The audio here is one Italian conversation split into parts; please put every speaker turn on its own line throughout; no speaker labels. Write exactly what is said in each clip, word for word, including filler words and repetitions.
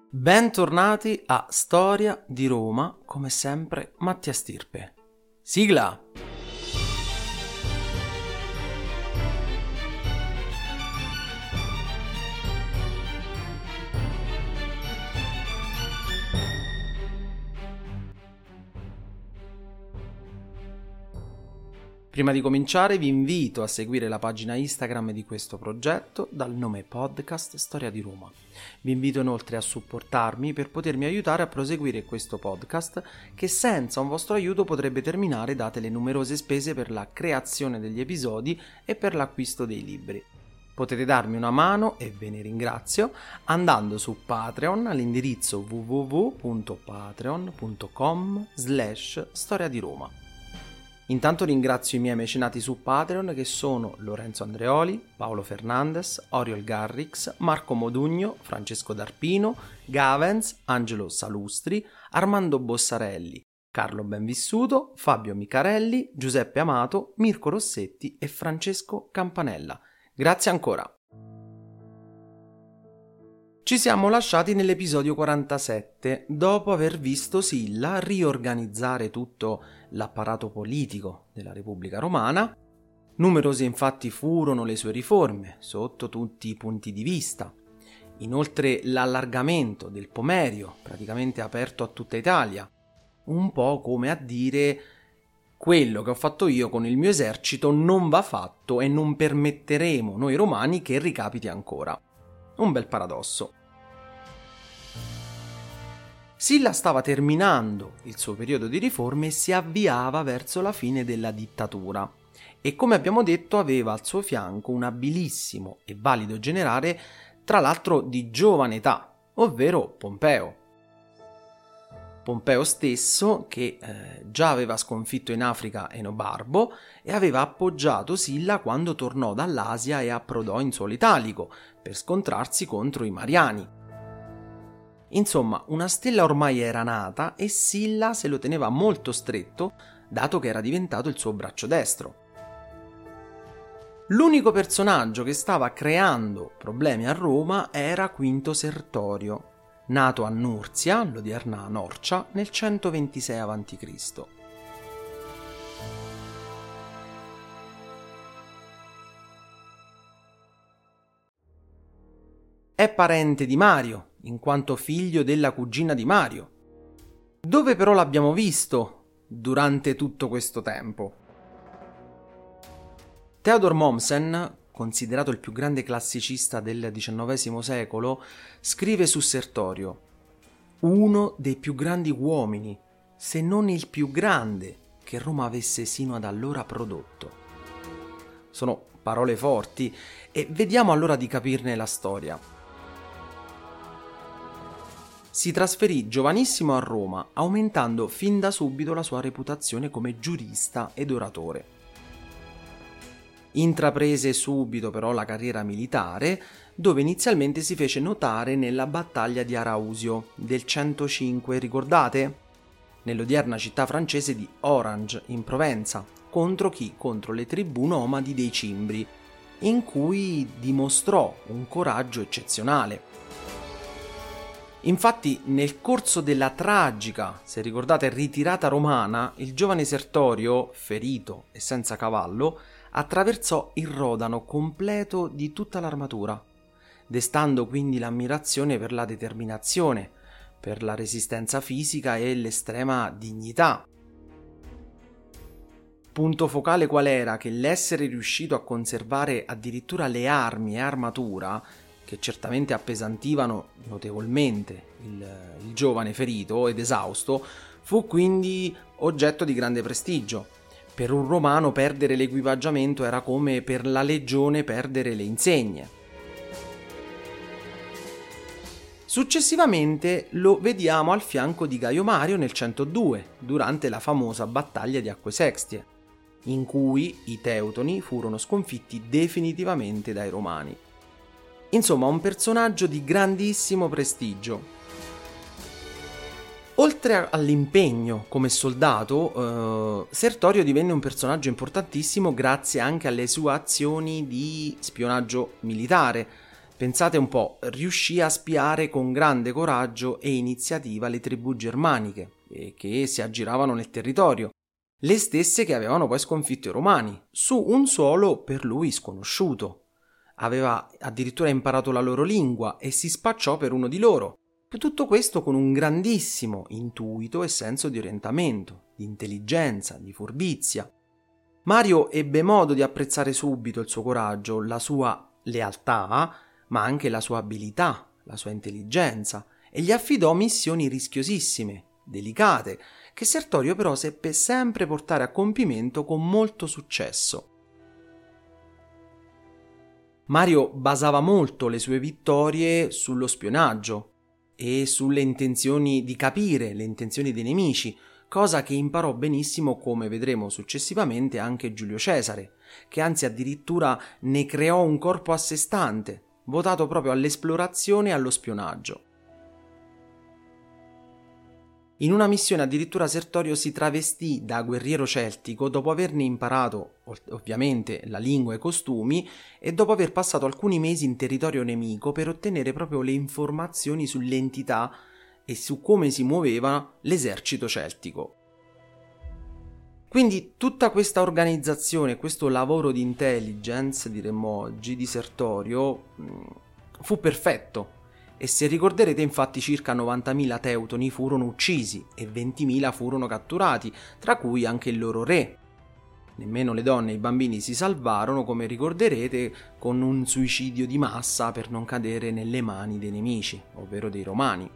Bentornati a Storia di Roma, come sempre Mattia Stirpe. Sigla! Prima di cominciare vi invito a seguire la pagina Instagram di questo progetto dal nome Podcast Storia di Roma. Vi invito inoltre a supportarmi per potermi aiutare a proseguire questo podcast che senza un vostro aiuto potrebbe terminare date le numerose spese per la creazione degli episodi e per l'acquisto dei libri. Potete darmi una mano, e ve ne ringrazio, andando su Patreon all'indirizzo w w w punto patreon punto com slash storia di Roma. Intanto ringrazio i miei mecenati su Patreon che sono Lorenzo Andreoli, Paolo Fernandez, Oriol Garrix, Marco Modugno, Francesco D'Arpino, Gavens, Angelo Salustri, Armando Bossarelli, Carlo Benvissuto, Fabio Micarelli, Giuseppe Amato, Mirko Rossetti e Francesco Campanella. Grazie ancora. Ci siamo lasciati nell'episodio quarantasette, dopo aver visto Silla riorganizzare tutto l'apparato politico della Repubblica Romana. Numerose infatti furono le sue riforme, sotto tutti i punti di vista. Inoltre l'allargamento del Pomerio, praticamente aperto a tutta Italia, un po' come a dire: quello che ho fatto io con il mio esercito non va fatto e non permetteremo noi romani che ricapiti ancora. Un bel paradosso. Silla stava terminando il suo periodo di riforme e si avviava verso la fine della dittatura e, come abbiamo detto, aveva al suo fianco un abilissimo e valido generale, tra l'altro di giovane età, ovvero Pompeo. Pompeo stesso che eh, già aveva sconfitto in Africa Enobarbo e aveva appoggiato Silla quando tornò dall'Asia e approdò in suolo italico per scontrarsi contro i Mariani. Insomma, una stella ormai era nata e Silla se lo teneva molto stretto, dato che era diventato il suo braccio destro. L'unico personaggio che stava creando problemi a Roma era Quinto Sertorio, nato a Nurzia, l'odierna Norcia, nel centoventisei avanti Cristo È parente di Mario, in quanto figlio della cugina di Mario. Dove però l'abbiamo visto durante tutto questo tempo? Theodor Mommsen, considerato il più grande classicista del diciannovesimo secolo, scrive su Sertorio: uno dei più grandi uomini, se non il più grande, che Roma avesse sino ad allora prodotto. Sono parole forti e vediamo allora di capirne la storia. Si trasferì giovanissimo a Roma, aumentando fin da subito la sua reputazione come giurista ed oratore. Intraprese subito però la carriera militare, dove inizialmente si fece notare nella battaglia di Arausio del centocinque, ricordate? Nell'odierna città francese di Orange, in Provenza, contro chi? Contro le tribù nomadi dei Cimbri, in cui dimostrò un coraggio eccezionale. Infatti, nel corso della tragica, se ricordate, ritirata romana, il giovane Sertorio, ferito e senza cavallo, attraversò il Rodano completo di tutta l'armatura, destando quindi l'ammirazione per la determinazione, per la resistenza fisica e l'estrema dignità. Punto focale qual era? Che l'essere riuscito a conservare addirittura le armi e armatura, che certamente appesantivano notevolmente il, il giovane ferito ed esausto, fu quindi oggetto di grande prestigio. Per un romano perdere l'equipaggiamento era come per la legione perdere le insegne. Successivamente lo vediamo al fianco di Gaio Mario nel centodue, durante la famosa battaglia di Acque Sextie, in cui i Teutoni furono sconfitti definitivamente dai Romani. Insomma, un personaggio di grandissimo prestigio. Oltre all'impegno come soldato, eh, Sertorio divenne un personaggio importantissimo grazie anche alle sue azioni di spionaggio militare, Pensate un po', riuscì a spiare con grande coraggio e iniziativa le tribù germaniche eh, che si aggiravano nel territorio, le stesse che avevano poi sconfitto i Romani, su un suolo per lui sconosciuto. Aveva addirittura imparato la loro lingua e si spacciò per uno di loro. Tutto questo con un grandissimo intuito e senso di orientamento, di intelligenza, di furbizia. Mario ebbe modo di apprezzare subito il suo coraggio, la sua lealtà, ma anche la sua abilità, la sua intelligenza, e gli affidò missioni rischiosissime, delicate, che Sertorio però seppe sempre portare a compimento con molto successo. Mario basava molto le sue vittorie sullo spionaggio e sulle intenzioni di capire le intenzioni dei nemici, cosa che imparò benissimo, come vedremo successivamente, anche Giulio Cesare, che anzi addirittura ne creò un corpo a sé stante, votato proprio all'esplorazione e allo spionaggio. In una missione addirittura Sertorio si travestì da guerriero celtico dopo averne imparato ovviamente la lingua e i costumi e dopo aver passato alcuni mesi in territorio nemico per ottenere proprio le informazioni sull'entità e su come si muoveva l'esercito celtico. Quindi tutta questa organizzazione, questo lavoro di intelligence, diremmo oggi, di Sertorio, fu perfetto. E se ricorderete, infatti, circa novantamila teutoni furono uccisi e ventimila furono catturati, tra cui anche il loro re. Nemmeno le donne e i bambini si salvarono, come ricorderete, con un suicidio di massa per non cadere nelle mani dei nemici, ovvero dei Romani.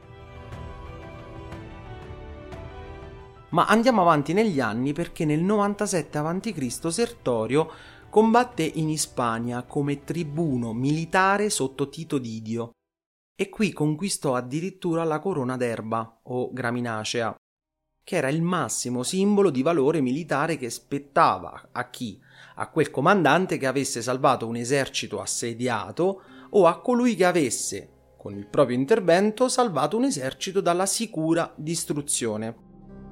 Ma andiamo avanti negli anni, perché nel novantasette avanti Cristo Sertorio combatté in Ispagna come tribuno militare sotto Tito Didio e qui conquistò addirittura la corona d'erba o graminacea, che era il massimo simbolo di valore militare che spettava a chi? A quel comandante che avesse salvato un esercito assediato o a colui che avesse, con il proprio intervento, salvato un esercito dalla sicura distruzione.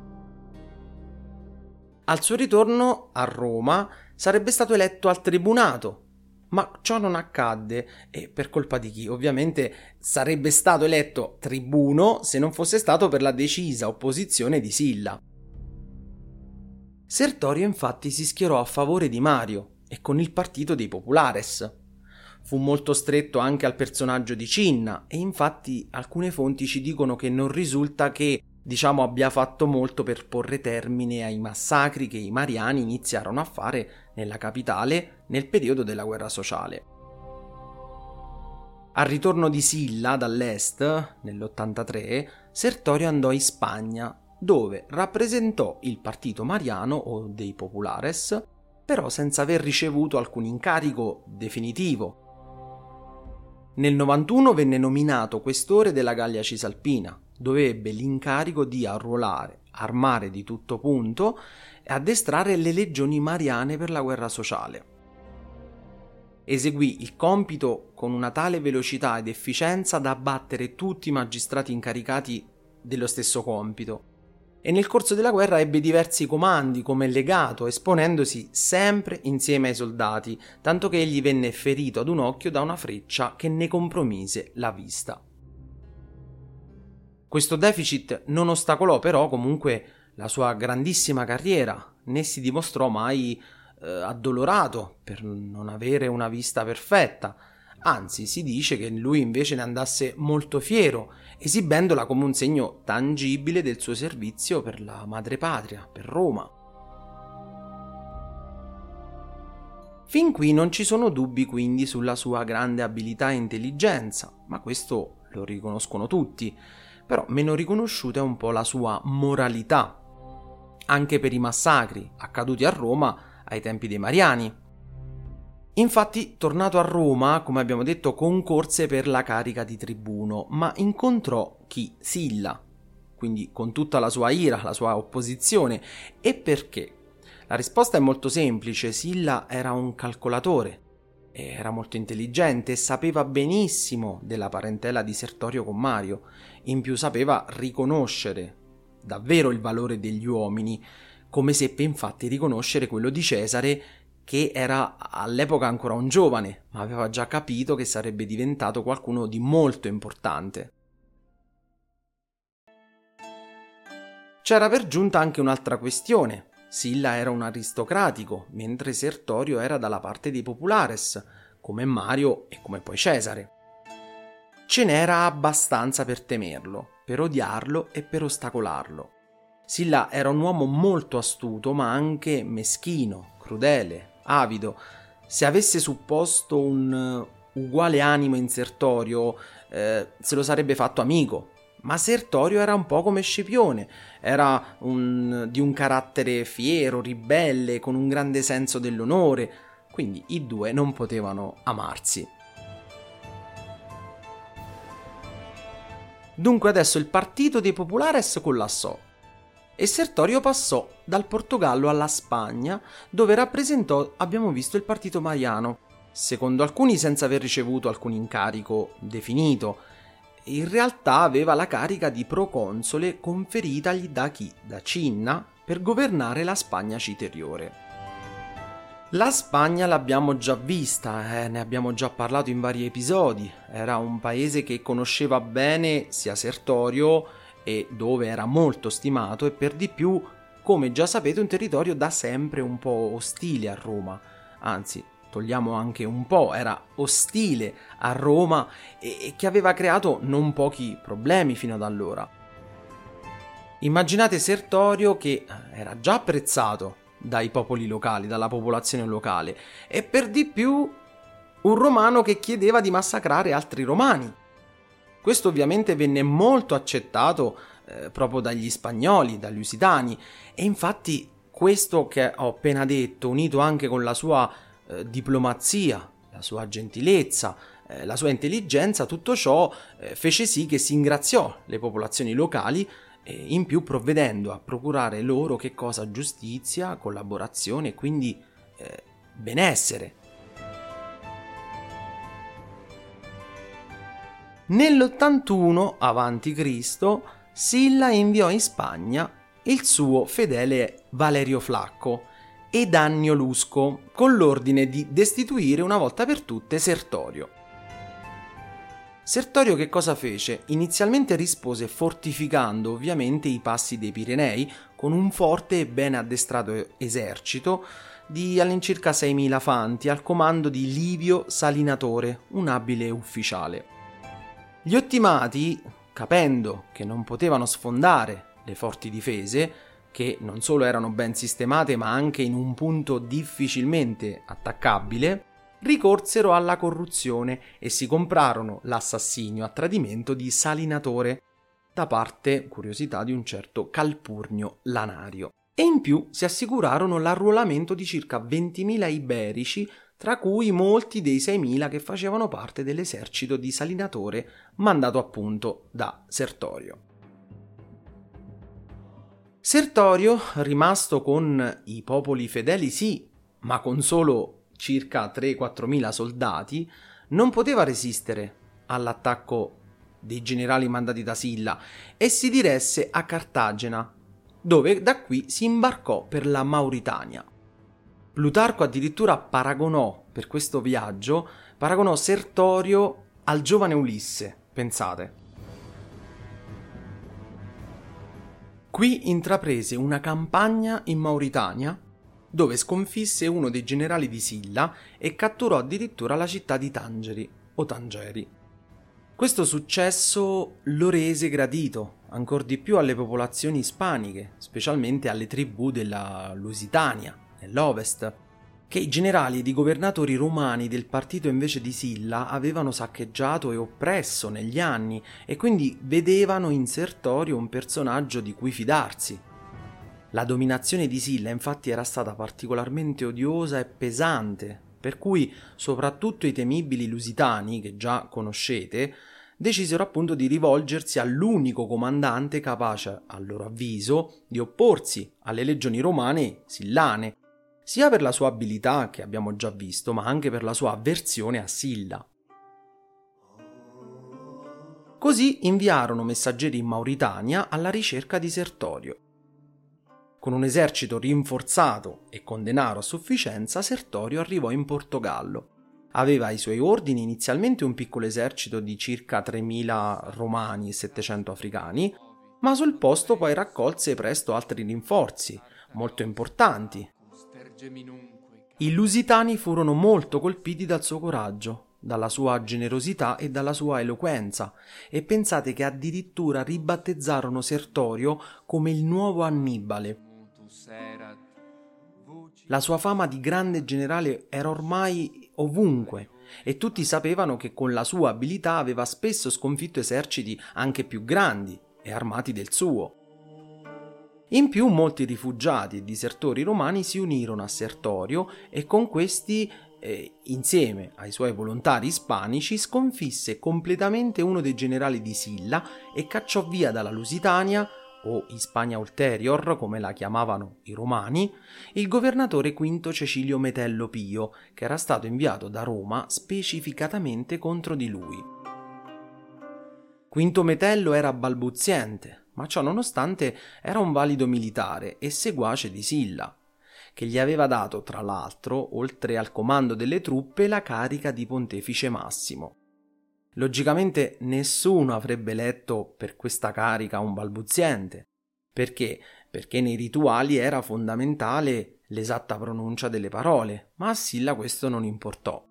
Al suo ritorno a Roma sarebbe stato eletto al tribunato, ma ciò non accadde e per colpa di chi? Ovviamente sarebbe stato eletto tribuno se non fosse stato per la decisa opposizione di Silla. Sertorio infatti si schierò a favore di Mario e con il partito dei Populares. Fu molto stretto anche al personaggio di Cinna e infatti alcune fonti ci dicono che non risulta che diciamo abbia fatto molto per porre termine ai massacri che i mariani iniziarono a fare nella capitale nel periodo della guerra sociale. Al ritorno di Silla dall'est, nell'ottantatré, Sertorio andò in Spagna, dove rappresentò il partito mariano o dei Populares, però senza aver ricevuto alcun incarico definitivo. Nel novantuno venne nominato questore della Gallia Cisalpina, dove ebbe l'incarico di arruolare, armare di tutto punto e addestrare le legioni mariane per la guerra sociale. Eseguì il compito con una tale velocità ed efficienza da abbattere tutti i magistrati incaricati dello stesso compito e nel corso della guerra ebbe diversi comandi come legato, esponendosi sempre insieme ai soldati, tanto che egli venne ferito ad un occhio da una freccia che ne compromise la vista. Questo deficit non ostacolò però comunque la sua grandissima carriera, né si dimostrò mai eh, addolorato per non avere una vista perfetta, anzi si dice che lui invece ne andasse molto fiero, esibendola come un segno tangibile del suo servizio per la madrepatria, per Roma. Fin qui non ci sono dubbi quindi sulla sua grande abilità e intelligenza, ma questo lo riconoscono tutti. Però meno riconosciuta è un po' la sua moralità, anche per i massacri accaduti a Roma ai tempi dei Mariani. Infatti, tornato a Roma, come abbiamo detto, concorse per la carica di tribuno, ma incontrò chi? Silla, quindi con tutta la sua ira, la sua opposizione. E perché? La risposta è molto semplice: Silla era un calcolatore, era molto intelligente e sapeva benissimo della parentela di Sertorio con Mario. In più sapeva riconoscere davvero il valore degli uomini, come seppe infatti riconoscere quello di Cesare, che era all'epoca ancora un giovane, ma aveva già capito che sarebbe diventato qualcuno di molto importante. C'era per giunta anche un'altra questione. Silla era un aristocratico, mentre Sertorio era dalla parte dei populares, come Mario e come poi Cesare. Ce n'era abbastanza per temerlo, per odiarlo e per ostacolarlo. Silla era un uomo molto astuto, ma anche meschino, crudele, avido. Se avesse supposto un uh, uguale animo in Sertorio, eh, se lo sarebbe fatto amico. Ma Sertorio era un po' come Scipione, era un, di un carattere fiero, ribelle, con un grande senso dell'onore, quindi i due non potevano amarsi. Dunque adesso il partito dei populares collassò e Sertorio passò dal Portogallo alla Spagna, dove rappresentò, abbiamo visto, il partito mariano, secondo alcuni senza aver ricevuto alcun incarico definito. In realtà aveva la carica di proconsole conferitagli da chi? Da Cinna, per governare la Spagna citeriore. La Spagna l'abbiamo già vista, eh, ne abbiamo già parlato in vari episodi. Era un paese che conosceva bene sia Sertorio e dove era molto stimato, e per di più, come già sapete, un territorio da sempre un po' ostile a Roma. Anzi, togliamo anche un po', era ostile a Roma e, e che aveva creato non pochi problemi fino ad allora. Immaginate Sertorio che era già apprezzato dai popoli locali, dalla popolazione locale, e per di più un romano che chiedeva di massacrare altri romani. Questo ovviamente venne molto accettato eh, proprio dagli spagnoli, dagli lusitani, e infatti questo che ho appena detto, unito anche con la sua eh, diplomazia, la sua gentilezza, eh, la sua intelligenza, tutto ciò eh, fece sì che si ingraziò le popolazioni locali, eh, in più provvedendo a procurare loro che cosa? Giustizia, collaborazione e quindi eh, benessere. Nell'ottantuno avanti Cristo Silla inviò in Spagna il suo fedele Valerio Flacco ed Annio Lusco con l'ordine di destituire una volta per tutte Sertorio. Sertorio che cosa fece? Inizialmente rispose fortificando ovviamente i passi dei Pirenei con un forte e ben addestrato esercito di all'incirca seimila fanti al comando di Livio Salinatore, un abile ufficiale. Gli ottimati, capendo che non potevano sfondare le forti difese, che non solo erano ben sistemate ma anche in un punto difficilmente attaccabile, ricorsero alla corruzione e si comprarono l'assassinio a tradimento di Salinatore da parte, curiosità, di un certo Calpurnio Lanario. E in più si assicurarono l'arruolamento di circa ventimila iberici, tra cui molti dei seimila che facevano parte dell'esercito di Salinatore mandato appunto da Sertorio. Sertorio, rimasto con i popoli fedeli sì, ma con solo circa tre quattromila soldati, non poteva resistere all'attacco dei generali mandati da Silla e si diresse a Cartagena, dove da qui si imbarcò per la Mauritania. Plutarco addirittura paragonò, per questo viaggio, paragonò Sertorio al giovane Ulisse, pensate. Qui intraprese una campagna in Mauritania, dove sconfisse uno dei generali di Silla e catturò addirittura la città di Tangeri o Tangeri. Questo successo lo rese gradito ancor di più alle popolazioni ispaniche, specialmente alle tribù della Lusitania, nell'Ovest, che i generali ed i governatori romani del partito invece di Silla avevano saccheggiato e oppresso negli anni e quindi vedevano in Sertorio un personaggio di cui fidarsi. La dominazione di Silla infatti era stata particolarmente odiosa e pesante, per cui soprattutto i temibili lusitani, che già conoscete, decisero appunto di rivolgersi all'unico comandante capace, a loro avviso, di opporsi alle legioni romane sillane, sia per la sua abilità, che abbiamo già visto, ma anche per la sua avversione a Silla. Così inviarono messaggeri in Mauritania alla ricerca di Sertorio. Con un esercito rinforzato e con denaro a sufficienza, Sertorio arrivò in Portogallo. Aveva ai suoi ordini inizialmente un piccolo esercito di circa tremila romani e settecento africani, ma sul posto poi raccolse presto altri rinforzi, molto importanti. I lusitani furono molto colpiti dal suo coraggio, dalla sua generosità e dalla sua eloquenza, e pensate che addirittura ribattezzarono Sertorio come il nuovo Annibale. La sua fama di grande generale era ormai ovunque e tutti sapevano che con la sua abilità aveva spesso sconfitto eserciti anche più grandi e armati del suo. In più molti rifugiati e disertori romani si unirono a Sertorio e con questi, eh, insieme ai suoi volontari ispanici, sconfisse completamente uno dei generali di Silla e cacciò via dalla Lusitania, o Hispania Ulterior come la chiamavano i romani, il governatore Quinto Cecilio Metello Pio, che era stato inviato da Roma specificatamente contro di lui. Quinto Metello era balbuziente, ma ciò nonostante era un valido militare e seguace di Silla, che gli aveva dato, tra l'altro, oltre al comando delle truppe, la carica di pontefice massimo. Logicamente nessuno avrebbe eletto per questa carica un balbuziente. Perché? Perché nei rituali era fondamentale l'esatta pronuncia delle parole, ma a Silla questo non importò.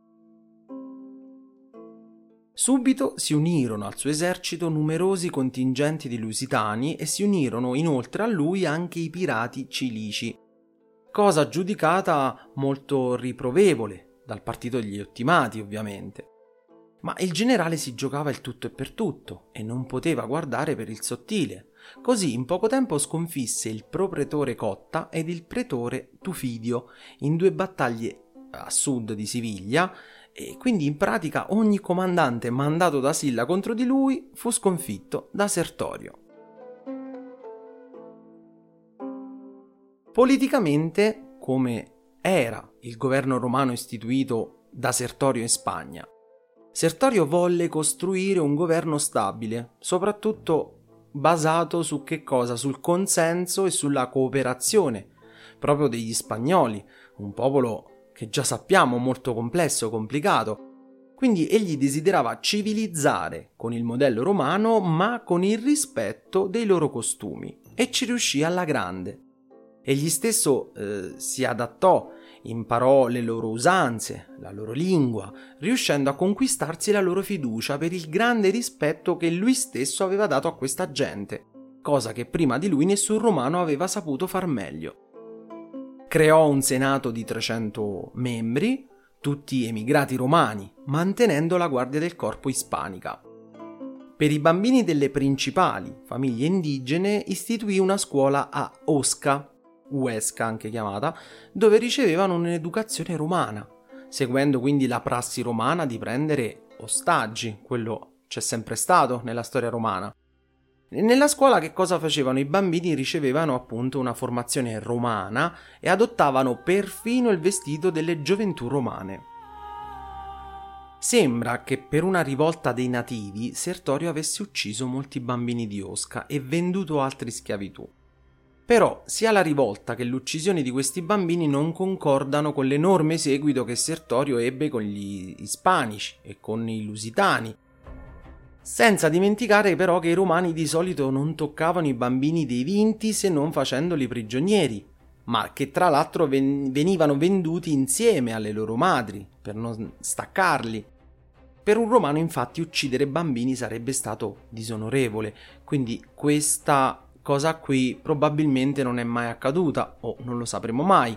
Subito si unirono al suo esercito numerosi contingenti di lusitani e si unirono inoltre a lui anche i pirati cilici, cosa giudicata molto riprovevole dal partito degli ottimati, ovviamente. Ma il generale si giocava il tutto e per tutto e non poteva guardare per il sottile. Così in poco tempo sconfisse il propretore Cotta ed il pretore Tufidio in due battaglie a sud di Siviglia, e quindi in pratica ogni comandante mandato da Silla contro di lui fu sconfitto da Sertorio. Politicamente, come era il governo romano istituito da Sertorio in Spagna? Sertorio volle costruire un governo stabile, soprattutto basato su che cosa? Sul consenso e sulla cooperazione proprio degli spagnoli, un popolo che già sappiamo molto complesso e complicato. Quindi egli desiderava civilizzare con il modello romano, ma con il rispetto dei loro costumi, e ci riuscì alla grande. Egli stesso eh, si adattò, imparò le loro usanze, la loro lingua, riuscendo a conquistarsi la loro fiducia per il grande rispetto che lui stesso aveva dato a questa gente, cosa che prima di lui nessun romano aveva saputo far meglio. Creò un senato di trecento membri, tutti emigrati romani, mantenendo la guardia del corpo ispanica. Per i bambini delle principali famiglie indigene istituì una scuola a Osca, Huesca anche chiamata, dove ricevevano un'educazione romana, seguendo quindi la prassi romana di prendere ostaggi, quello c'è sempre stato nella storia romana. Nella scuola che cosa facevano? I bambini ricevevano appunto una formazione romana e adottavano perfino il vestito delle gioventù romane. Sembra che per una rivolta dei nativi Sertorio avesse ucciso molti bambini di Osca e venduto altri in schiavitù. Però sia la rivolta che l'uccisione di questi bambini non concordano con l'enorme seguito che Sertorio ebbe con gli ispanici e con i lusitani. Senza dimenticare però che i romani di solito non toccavano i bambini dei vinti se non facendoli prigionieri, ma che tra l'altro ven- venivano venduti insieme alle loro madri per non staccarli. Per un romano infatti uccidere bambini sarebbe stato disonorevole, quindi questa cosa qui probabilmente non è mai accaduta o non lo sapremo mai.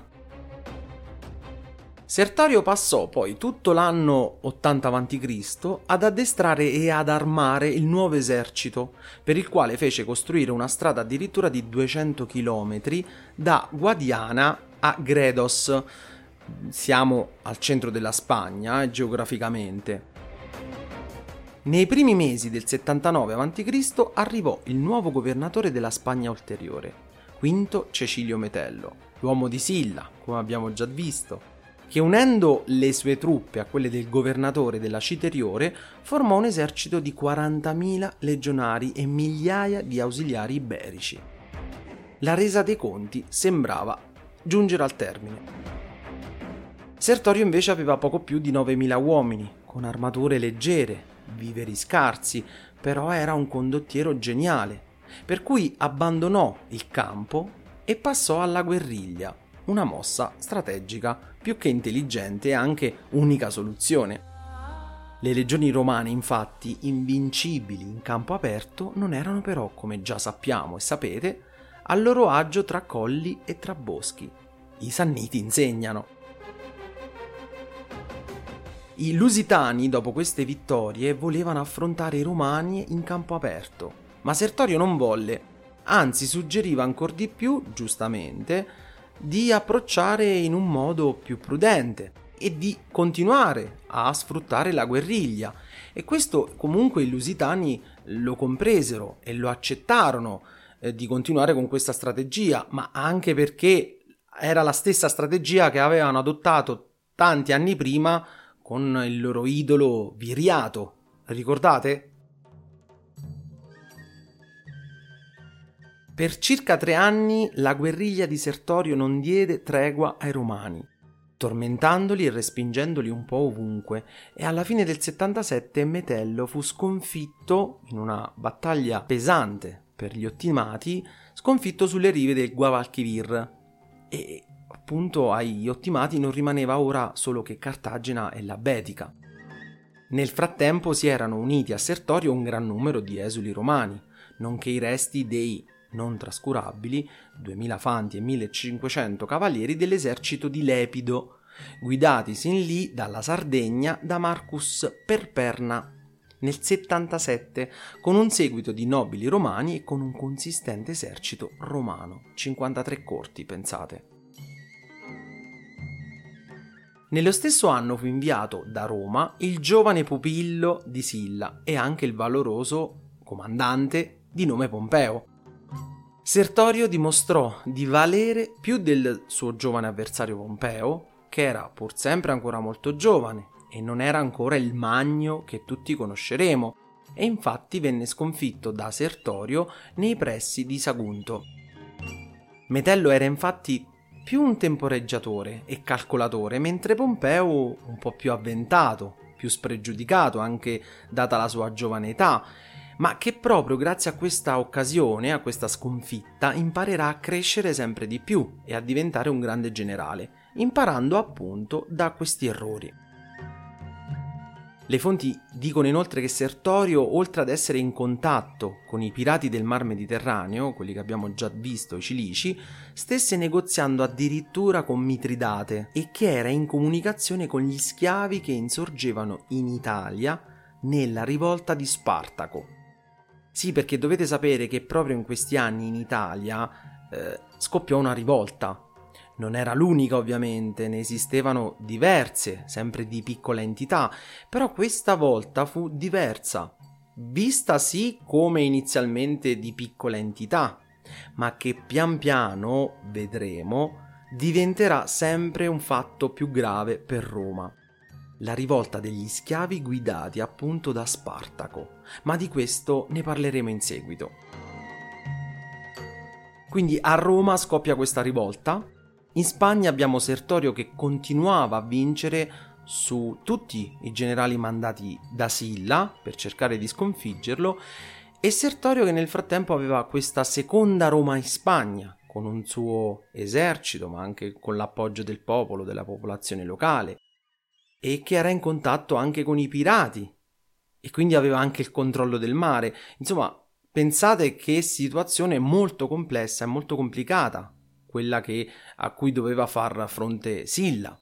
Sertorio passò poi tutto l'anno ottanta avanti Cristo ad addestrare e ad armare il nuovo esercito, per il quale fece costruire una strada addirittura di duecento chilometri da Guadiana a Gredos. Siamo al centro della Spagna, eh, geograficamente. Nei primi mesi del settantanove avanti Cristo arrivò il nuovo governatore della Spagna Ulteriore, Quinto Cecilio Metello, l'uomo di Silla, come abbiamo già visto, che unendo le sue truppe a quelle del governatore della Citeriore formò un esercito di quarantamila legionari e migliaia di ausiliari iberici. la resa dei conti sembrava giungere al termine. Sertorio invece aveva poco più di novemila uomini, con armature leggere, viveri scarsi, però era un condottiero geniale, per cui abbandonò il campo e passò alla guerriglia, una mossa strategica più che intelligente e anche unica soluzione. Le legioni romane, infatti, invincibili in campo aperto, non erano però, come già sappiamo e sapete, a loro agio tra colli e tra boschi. I Sanniti insegnano. I Lusitani, dopo queste vittorie, volevano affrontare i Romani in campo aperto, ma Sertorio non volle, anzi suggeriva ancor di più, giustamente, di approcciare in un modo più prudente e di continuare a sfruttare la guerriglia. E questo comunque i Lusitani lo compresero e lo accettarono eh, di continuare con questa strategia, ma anche perché era la stessa strategia che avevano adottato tanti anni prima con il loro idolo Viriato. Ricordate? Per circa tre anni la guerriglia di Sertorio non diede tregua ai Romani, tormentandoli e respingendoli un po' ovunque, e alla fine del settantasette Metello fu sconfitto in una battaglia pesante per gli Ottimati, sconfitto sulle rive del Guadalquivir, e appunto agli Ottimati non rimaneva ora solo che Cartagine e la Betica. Nel frattempo si erano uniti a Sertorio un gran numero di esuli romani, nonché i resti dei non trascurabili duemila fanti e millecinquecento cavalieri dell'esercito di Lepido, guidati sin lì dalla Sardegna da Marcus Perperna nel settantasette, con un seguito di nobili romani e con un consistente esercito romano, cinquantatré corti, pensate. Nello stesso anno fu inviato da Roma il giovane pupillo di Silla e anche il valoroso comandante di nome Pompeo. Sertorio dimostrò di valere più del suo giovane avversario Pompeo, che era pur sempre ancora molto giovane e non era ancora il Magno che tutti conosceremo, e infatti venne sconfitto da Sertorio nei pressi di Sagunto. Metello era infatti più un temporeggiatore e calcolatore, mentre Pompeo un po' più avventato, più spregiudicato anche data la sua giovane età, ma che proprio grazie a questa occasione, a questa sconfitta, imparerà a crescere sempre di più e a diventare un grande generale, imparando appunto da questi errori. Le fonti dicono inoltre che Sertorio, oltre ad essere in contatto con i pirati del Mar Mediterraneo, quelli che abbiamo già visto, i Cilici, stesse negoziando addirittura con Mitridate e che era in comunicazione con gli schiavi che insorgevano in Italia nella rivolta di Spartaco. Sì, perché dovete sapere che proprio in questi anni in Italia eh, scoppiò una rivolta. Non era l'unica ovviamente, ne esistevano diverse, sempre di piccola entità, però questa volta fu diversa, vista sì come inizialmente di piccola entità, ma che pian piano, vedremo, diventerà sempre un fatto più grave per Roma. La rivolta degli schiavi guidati appunto da Spartaco, ma di questo ne parleremo in seguito. Quindi a Roma scoppia questa rivolta. In Spagna abbiamo Sertorio che continuava a vincere su tutti i generali mandati da Silla per cercare di sconfiggerlo, e Sertorio che nel frattempo aveva questa seconda Roma in Spagna, con un suo esercito, ma anche con l'appoggio del popolo, della popolazione locale, e che era in contatto anche con i pirati, e quindi aveva anche il controllo del mare. Insomma, pensate che situazione molto complessa e molto complicata quella che, a cui doveva far fronte Silla.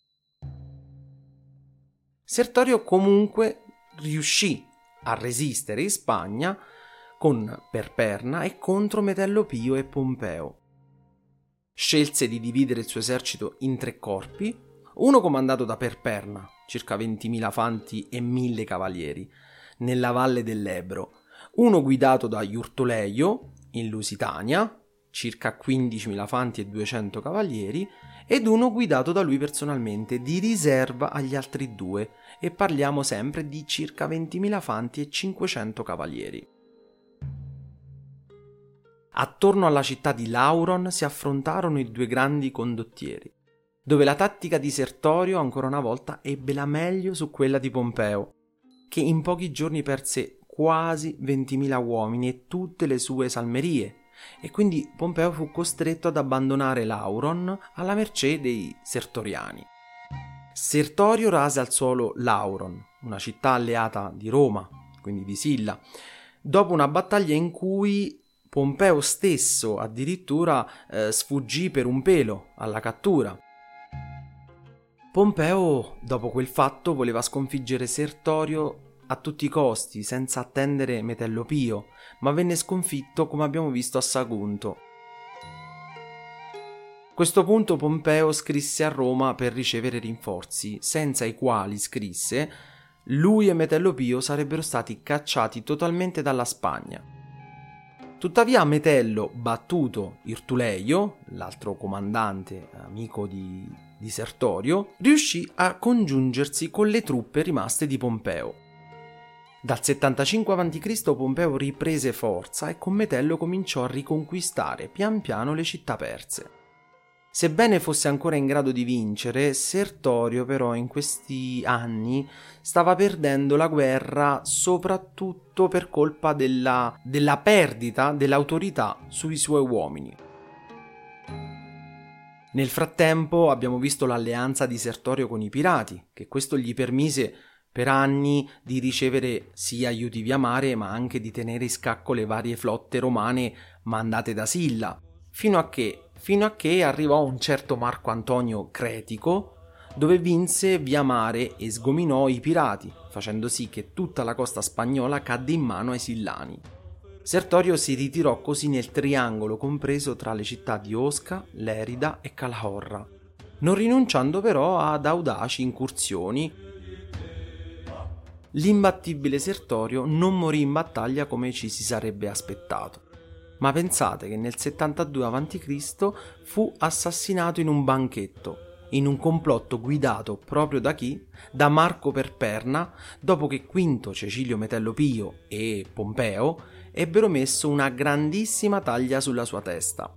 Sertorio comunque riuscì a resistere in Spagna con Perperna e contro Metello Pio e Pompeo. Scelse di dividere il suo esercito in tre corpi, uno comandato da Perperna, circa ventimila fanti e mille cavalieri, nella valle dell'Ebro, uno guidato da Iurtoleio, in Lusitania, circa quindicimila fanti e duecento cavalieri, ed uno guidato da lui personalmente, di riserva agli altri due, e parliamo sempre di circa ventimila fanti e cinquecento cavalieri. Attorno alla città di Lauron si affrontarono i due grandi condottieri, dove la tattica di Sertorio ancora una volta ebbe la meglio su quella di Pompeo, che in pochi giorni perse quasi ventimila uomini e tutte le sue salmerie, e quindi Pompeo fu costretto ad abbandonare Lauron alla mercé dei Sertoriani. Sertorio rase al suolo Lauron, una città alleata di Roma, quindi di Silla, dopo una battaglia in cui Pompeo stesso addirittura eh, sfuggì per un pelo alla cattura. Pompeo, dopo quel fatto, voleva sconfiggere Sertorio a tutti i costi, senza attendere Metello Pio, ma venne sconfitto come abbiamo visto a Sagunto. A questo punto Pompeo scrisse a Roma per ricevere rinforzi, senza i quali, scrisse, lui e Metello Pio sarebbero stati cacciati totalmente dalla Spagna. Tuttavia Metello, battuto Irtuleio, l'altro comandante amico di, di Sertorio, riuscì a congiungersi con le truppe rimaste di Pompeo. Dal settantacinque avanti Cristo Pompeo riprese forza e con Metello cominciò a riconquistare pian piano le città perse. Sebbene fosse ancora in grado di vincere, Sertorio però in questi anni stava perdendo la guerra soprattutto per colpa della, della perdita dell'autorità sui suoi uomini. Nel frattempo abbiamo visto l'alleanza di Sertorio con i pirati, che questo gli permise per anni di ricevere sia aiuti via mare ma anche di tenere in scacco le varie flotte romane mandate da Silla, fino a che, fino a che arrivò un certo Marco Antonio Cretico, dove vinse via mare e sgominò i pirati, facendo sì che tutta la costa spagnola cadde in mano ai Sillani. Sertorio si ritirò così nel triangolo compreso tra le città di Osca, Lerida e Calahorra, non rinunciando però ad audaci incursioni. L'imbattibile Sertorio non morì in battaglia come ci si sarebbe aspettato, ma pensate che nel settantadue avanti Cristo fu assassinato in un banchetto, in un complotto guidato proprio da chi? Da Marco Perperna, dopo che Quinto Cecilio Metello Pio e Pompeo ebbero messo una grandissima taglia sulla sua testa.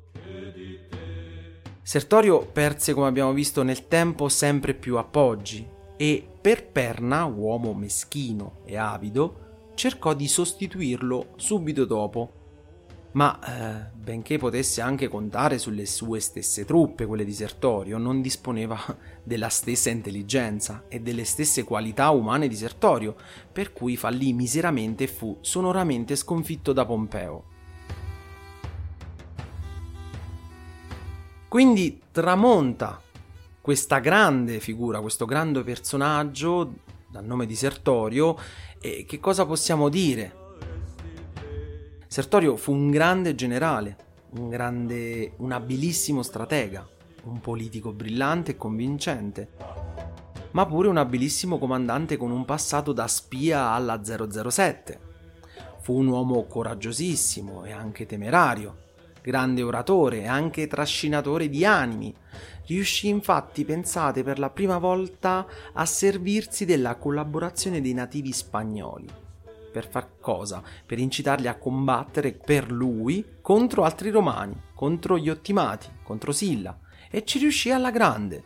Sertorio perse, come abbiamo visto nel tempo, sempre più appoggi e Perperna, uomo meschino e avido, cercò di sostituirlo subito dopo. Ma eh, benché potesse anche contare sulle sue stesse truppe, quelle di Sertorio, non disponeva della stessa intelligenza e delle stesse qualità umane di Sertorio, per cui fallì miseramente e fu sonoramente sconfitto da Pompeo. Quindi tramonta questa grande figura, questo grande personaggio dal nome di Sertorio, e che cosa possiamo dire? Sertorio fu un grande generale, un grande, un abilissimo stratega, un politico brillante e convincente, ma pure un abilissimo comandante con un passato da spia alla zero zero sette. Fu un uomo coraggiosissimo e anche temerario, grande oratore e anche trascinatore di animi. Riuscì infatti, pensate, per la prima volta a servirsi della collaborazione dei nativi spagnoli. Per far cosa? Per incitarli a combattere per lui contro altri romani, contro gli ottimati, contro Silla, e ci riuscì alla grande.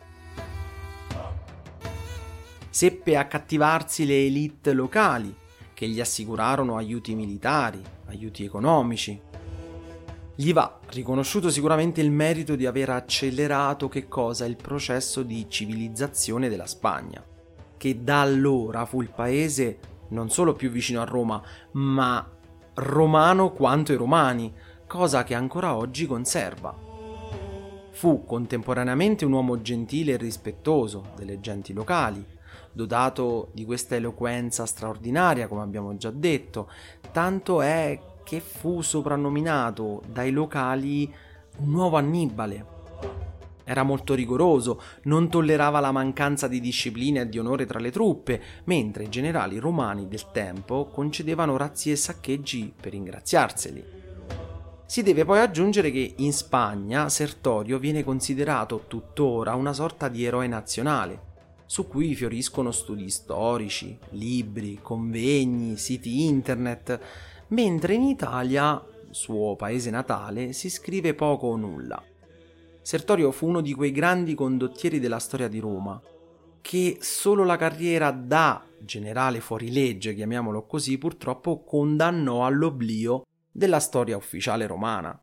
Seppe accattivarsi le élite locali, che gli assicurarono aiuti militari, aiuti economici. Gli va riconosciuto sicuramente il merito di aver accelerato che cosa? Il processo di civilizzazione della Spagna, che da allora fu il paese non solo più vicino a Roma, ma romano quanto i romani, cosa che ancora oggi conserva. Fu contemporaneamente un uomo gentile e rispettoso delle genti locali, dotato di questa eloquenza straordinaria, come abbiamo già detto, tanto è che fu soprannominato dai locali un nuovo Annibale. Era molto rigoroso, non tollerava la mancanza di disciplina e di onore tra le truppe, mentre i generali romani del tempo concedevano razzie e saccheggi per ringraziarseli. Si deve poi aggiungere che in Spagna Sertorio viene considerato tuttora una sorta di eroe nazionale, su cui fioriscono studi storici, libri, convegni, siti internet, mentre in Italia suo paese natale, si scrive poco o nulla. Sertorio fu uno di quei grandi condottieri della storia di Roma, che solo la carriera da generale fuorilegge, chiamiamolo così, purtroppo condannò all'oblio della storia ufficiale romana.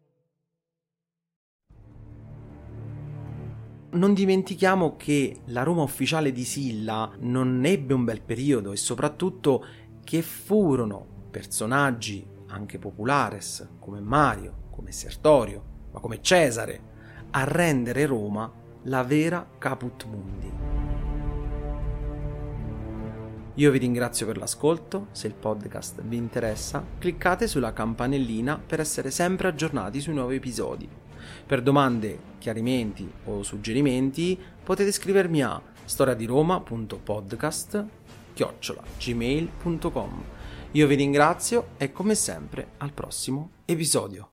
Non dimentichiamo che la Roma ufficiale di Silla non ebbe un bel periodo e soprattutto che furono personaggi anche populares come Mario, come Sertorio, ma come Cesare a rendere Roma la vera caput mundi. Io vi ringrazio per l'ascolto, se il podcast vi interessa cliccate sulla campanellina per essere sempre aggiornati sui nuovi episodi. Per domande, chiarimenti o suggerimenti potete scrivermi a storiadiroma punto podcast chiocciola gmail punto com. Io vi ringrazio e come sempre al prossimo episodio.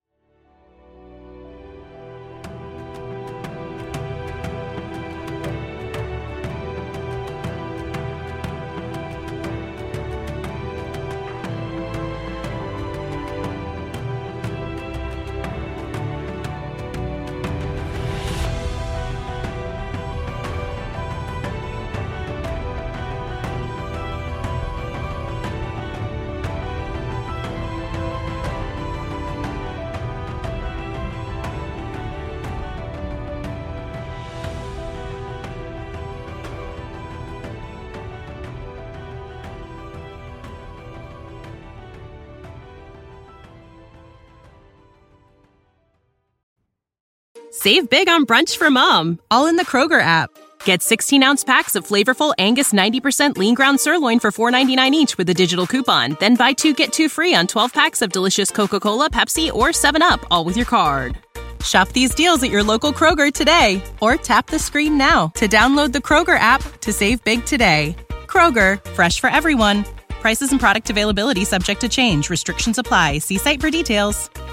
Save big on brunch for mom, all in the Kroger app. Get sixteen-ounce packs of flavorful Angus ninety percent lean ground sirloin for four dollars and ninety-nine cents each with a digital coupon. Then buy two, get two free on twelve packs of delicious Coca-Cola, Pepsi, or seven up, all with your card. Shop these deals at your local Kroger today, or tap the screen now to download the Kroger app to save big today. Kroger, fresh for everyone. Prices and product availability subject to change. Restrictions apply. See site for details.